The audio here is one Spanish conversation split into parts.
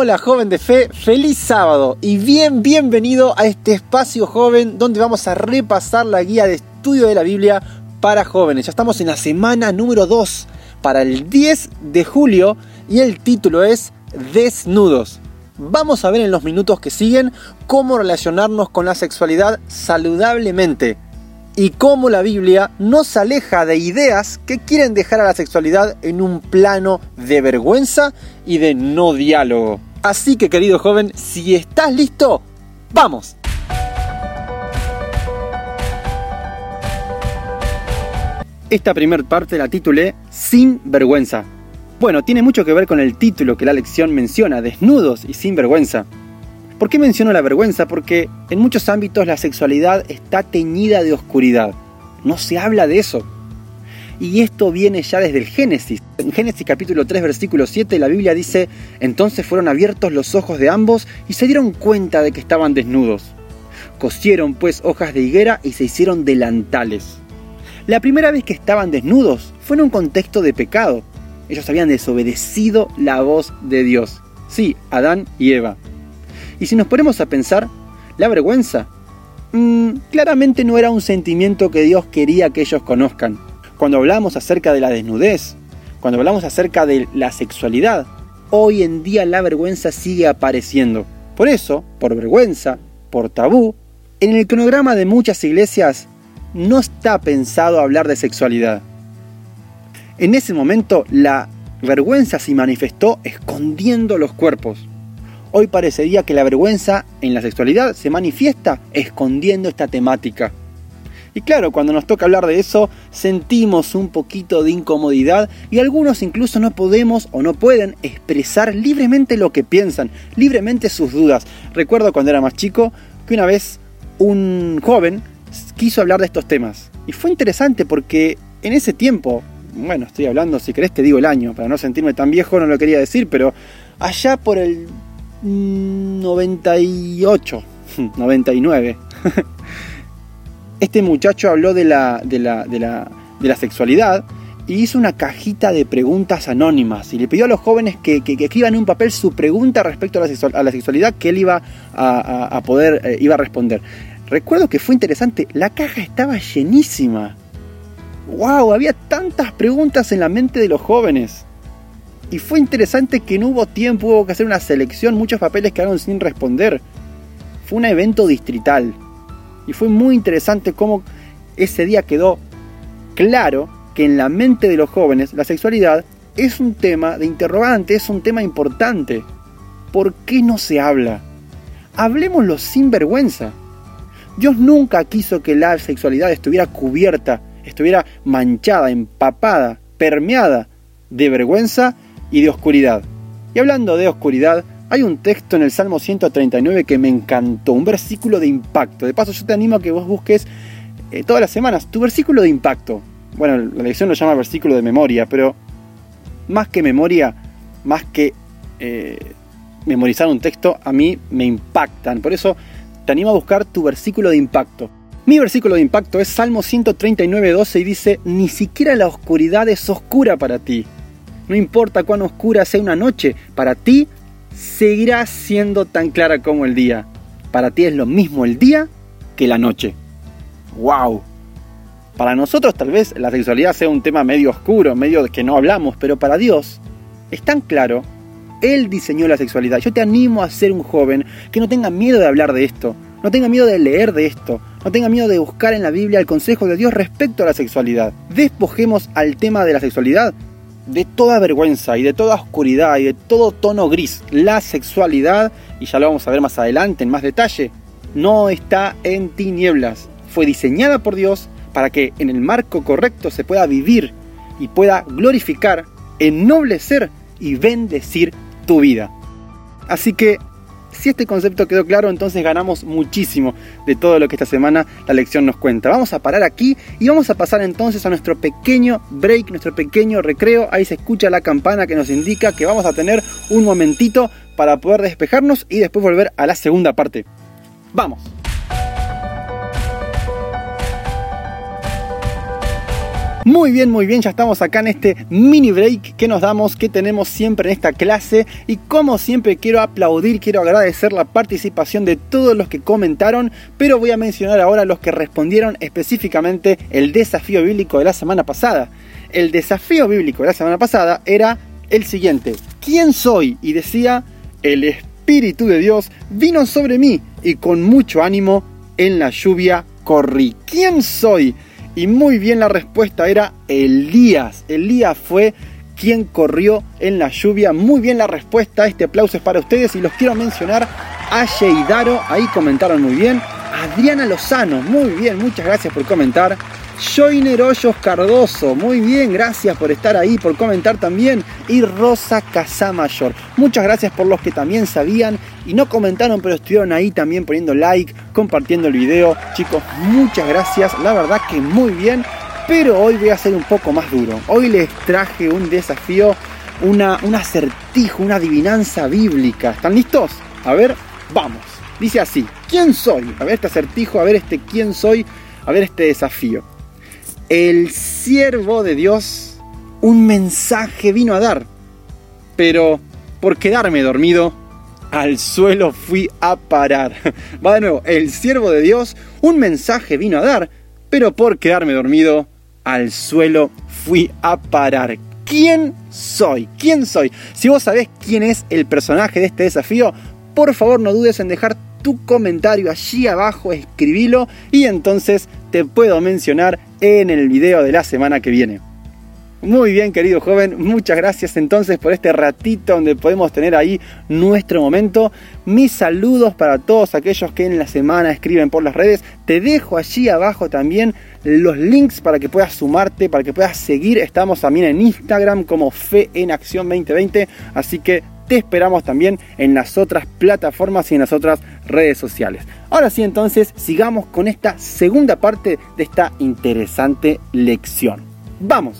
Hola joven de fe, feliz sábado y bienvenido a este espacio joven donde vamos a repasar la guía de estudio de la Biblia para jóvenes. Ya estamos en la semana número 2 para el 10 de julio y el título es Desnudos. Vamos a ver en los minutos que siguen cómo relacionarnos con la sexualidad saludablemente y cómo la Biblia nos aleja de ideas que quieren dejar a la sexualidad en un plano de vergüenza y de no diálogo. Así que, querido joven, si estás listo, ¡vamos! Esta primera parte la titulé Sin vergüenza. Bueno, tiene mucho que ver con el título que la lección menciona, desnudos y sin vergüenza. ¿Por qué menciono la vergüenza? Porque en muchos ámbitos la sexualidad está teñida de oscuridad. No se habla de eso. Y esto viene ya desde el Génesis. En Génesis capítulo 3 versículo 7 la Biblia dice: entonces fueron abiertos los ojos de ambos y se dieron cuenta de que estaban desnudos. Cosieron pues hojas de higuera y se hicieron delantales. La primera vez que estaban desnudos fue en un contexto de pecado. Ellos habían desobedecido la voz de Dios. Sí, Adán y Eva. Y si nos ponemos a pensar, la vergüenza claramente no era un sentimiento que Dios quería que ellos conozcan. Cuando hablamos acerca de la desnudez, cuando hablamos acerca de la sexualidad, hoy en día la vergüenza sigue apareciendo. Por eso, por vergüenza, por tabú, en el cronograma de muchas iglesias no está pensado hablar de sexualidad. En ese momento, la vergüenza se manifestó escondiendo los cuerpos. Hoy parecería que la vergüenza en la sexualidad se manifiesta escondiendo esta temática. Y claro, cuando nos toca hablar de eso, sentimos un poquito de incomodidad y algunos incluso no podemos o no pueden expresar libremente lo que piensan, libremente sus dudas. Recuerdo cuando era más chico que una vez un joven quiso hablar de estos temas. Y fue interesante porque en ese tiempo, bueno, estoy hablando, si querés te digo el año, para no sentirme tan viejo no lo quería decir, pero allá por el 98, 99, este muchacho habló de la sexualidad y hizo una cajita de preguntas anónimas y le pidió a los jóvenes que escriban en un papel su pregunta respecto a la sexualidad que él iba a responder. Recuerdo que fue interesante, la caja estaba llenísima. ¡Wow! Había tantas preguntas en la mente de los jóvenes. Y fue interesante que no hubo tiempo, hubo que hacer una selección, muchos papeles quedaron sin responder. Fue un evento distrital. Y fue muy interesante cómo ese día quedó claro que en la mente de los jóvenes la sexualidad es un tema de interrogante, es un tema importante. ¿Por qué no se habla? Hablemoslo sin vergüenza. Dios nunca quiso que la sexualidad estuviera cubierta, estuviera manchada, empapada, permeada de vergüenza y de oscuridad. Y hablando de oscuridad, hay un texto en el Salmo 139 que me encantó, un versículo de impacto. De paso, yo te animo a que vos busques todas las semanas tu versículo de impacto. Bueno, la lección lo llama versículo de memoria, pero más que memoria, más que memorizar un texto, a mí me impactan. Por eso te animo a buscar tu versículo de impacto. Mi versículo de impacto es Salmo 139:12 y dice: ni siquiera la oscuridad es oscura para ti. No importa cuán oscura sea una noche, para ti seguirá siendo tan clara como el día. Para ti es lo mismo el día que la noche. ¡Wow! Para nosotros tal vez la sexualidad sea un tema medio oscuro, medio de que no hablamos, pero para Dios es tan claro. Él diseñó la sexualidad. Yo te animo a ser un joven que no tenga miedo de hablar de esto, no tenga miedo de leer de esto, no tenga miedo de buscar en la Biblia el consejo de Dios respecto a la sexualidad. Despojemos al tema de la sexualidad de toda vergüenza y de toda oscuridad y de todo tono gris. La sexualidad, y ya lo vamos a ver más adelante en más detalle, no está en tinieblas. Fue diseñada por Dios para que en el marco correcto se pueda vivir y pueda glorificar, ennoblecer y bendecir tu vida. Así que si este concepto quedó claro, entonces ganamos muchísimo de todo lo que esta semana la lección nos cuenta. Vamos a parar aquí y vamos a pasar entonces a nuestro pequeño break, nuestro pequeño recreo. Ahí se escucha la campana que nos indica que vamos a tener un momentito para poder despejarnos y después volver a la segunda parte. ¡Vamos! Muy bien, ya estamos acá en este mini break que nos damos, que tenemos siempre en esta clase. Y como siempre quiero aplaudir, quiero agradecer la participación de todos los que comentaron, pero voy a mencionar ahora los que respondieron específicamente el desafío bíblico de la semana pasada. El desafío bíblico de la semana pasada era el siguiente: ¿quién soy? Y decía: el Espíritu de Dios vino sobre mí y con mucho ánimo en la lluvia corrí. ¿Quién soy? Y muy bien, la respuesta era Elías. Elías fue quien corrió en la lluvia. Muy bien la respuesta. Este aplauso es para ustedes y los quiero mencionar a Sheidaro, ahí comentaron muy bien. Adriana Lozano, muy bien, muchas gracias por comentar. Joiner Hoyos Cardoso, muy bien, gracias por estar ahí, por comentar también. Y Rosa Casamayor, muchas gracias por los que también sabían y no comentaron, pero estuvieron ahí también poniendo like, compartiendo el video. Chicos, muchas gracias, la verdad que muy bien. Pero hoy voy a ser un poco más duro. Hoy les traje un desafío, un acertijo, una adivinanza bíblica. ¿Están listos? A ver, vamos. Dice así: ¿quién soy? A ver este acertijo, a ver este quién soy, a ver este desafío. El siervo de Dios un mensaje vino a dar, pero por quedarme dormido al suelo fui a parar. Va de nuevo. El siervo de Dios un mensaje vino a dar, pero por quedarme dormido al suelo fui a parar. ¿Quién soy? ¿Quién soy? Si vos sabés quién es el personaje de este desafío, por favor no dudes en dejar tu comentario allí abajo, escribilo y entonces te puedo mencionar en el video de la semana que viene. Muy bien, querido joven, muchas gracias entonces por este ratito donde podemos tener ahí nuestro momento. Mis saludos para todos aquellos que en la semana escriben por las redes. Te dejo allí abajo también los links para que puedas sumarte, para que puedas seguir. Estamos también en Instagram como Fe en Acción 2020, así que te esperamos también en las otras plataformas y en las otras redes sociales. Ahora sí, entonces, sigamos con esta segunda parte de esta interesante lección. ¡Vamos!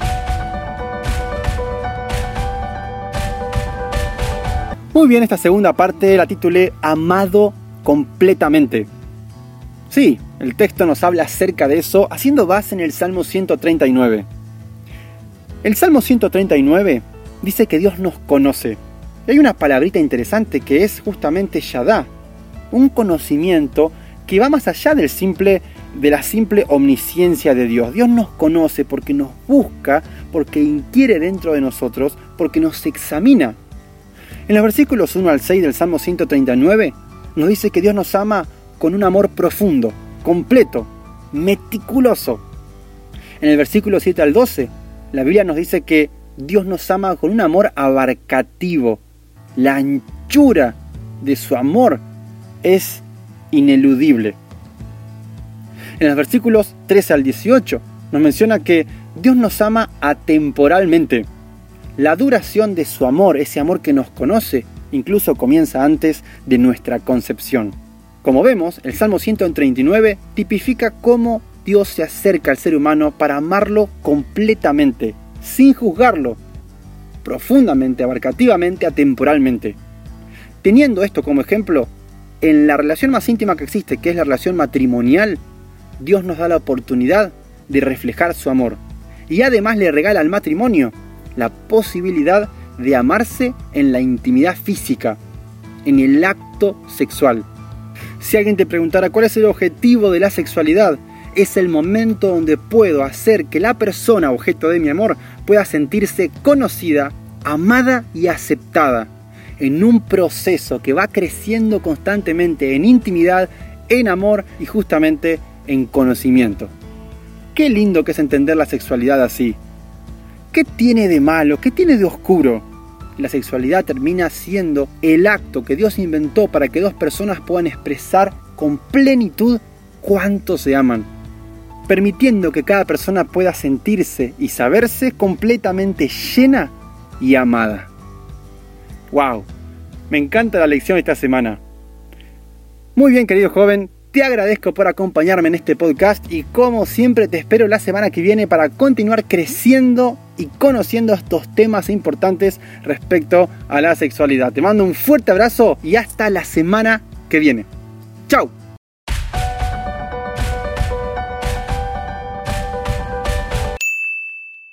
Muy bien, esta segunda parte la titulé Amado completamente. Sí, el texto nos habla acerca de eso, haciendo base en el Salmo 139. El Salmo 139 dice que Dios nos conoce. Y hay una palabrita interesante que es justamente Yadá, un conocimiento que va más allá de la simple omnisciencia de Dios. Dios nos conoce porque nos busca, porque inquiere dentro de nosotros, porque nos examina. En los versículos 1 al 6 del Salmo 139 nos dice que Dios nos ama con un amor profundo, completo, meticuloso. En el versículo 7 al 12, la Biblia nos dice que Dios nos ama con un amor abarcativo. La anchura de su amor es ineludible. En los versículos 13 al 18 nos menciona que Dios nos ama atemporalmente. La duración de su amor, ese amor que nos conoce, incluso comienza antes de nuestra concepción. Como vemos, el Salmo 139 tipifica cómo Dios se acerca al ser humano para amarlo completamente, sin juzgarlo, profundamente, abarcativamente, atemporalmente. Teniendo esto como ejemplo, en la relación más íntima que existe, que es la relación matrimonial, Dios nos da la oportunidad de reflejar su amor. Y además le regala al matrimonio la posibilidad de amarse en la intimidad física, en el acto sexual. Si alguien te preguntara cuál es el objetivo de la sexualidad, es el momento donde puedo hacer que la persona objeto de mi amor pueda sentirse conocida, amada y aceptada, en un proceso que va creciendo constantemente en intimidad, en amor y justamente en conocimiento. Qué lindo que es entender la sexualidad así. ¿Qué tiene de malo? ¿Qué tiene de oscuro? La sexualidad termina siendo el acto que Dios inventó para que dos personas puedan expresar con plenitud cuánto se aman, permitiendo que cada persona pueda sentirse y saberse completamente llena y amada. ¡Wow! Me encanta la lección de esta semana. Muy bien, querido joven, te agradezco por acompañarme en este podcast y como siempre te espero la semana que viene para continuar creciendo y conociendo estos temas importantes respecto a la sexualidad. Te mando un fuerte abrazo y hasta la semana que viene. ¡Chao!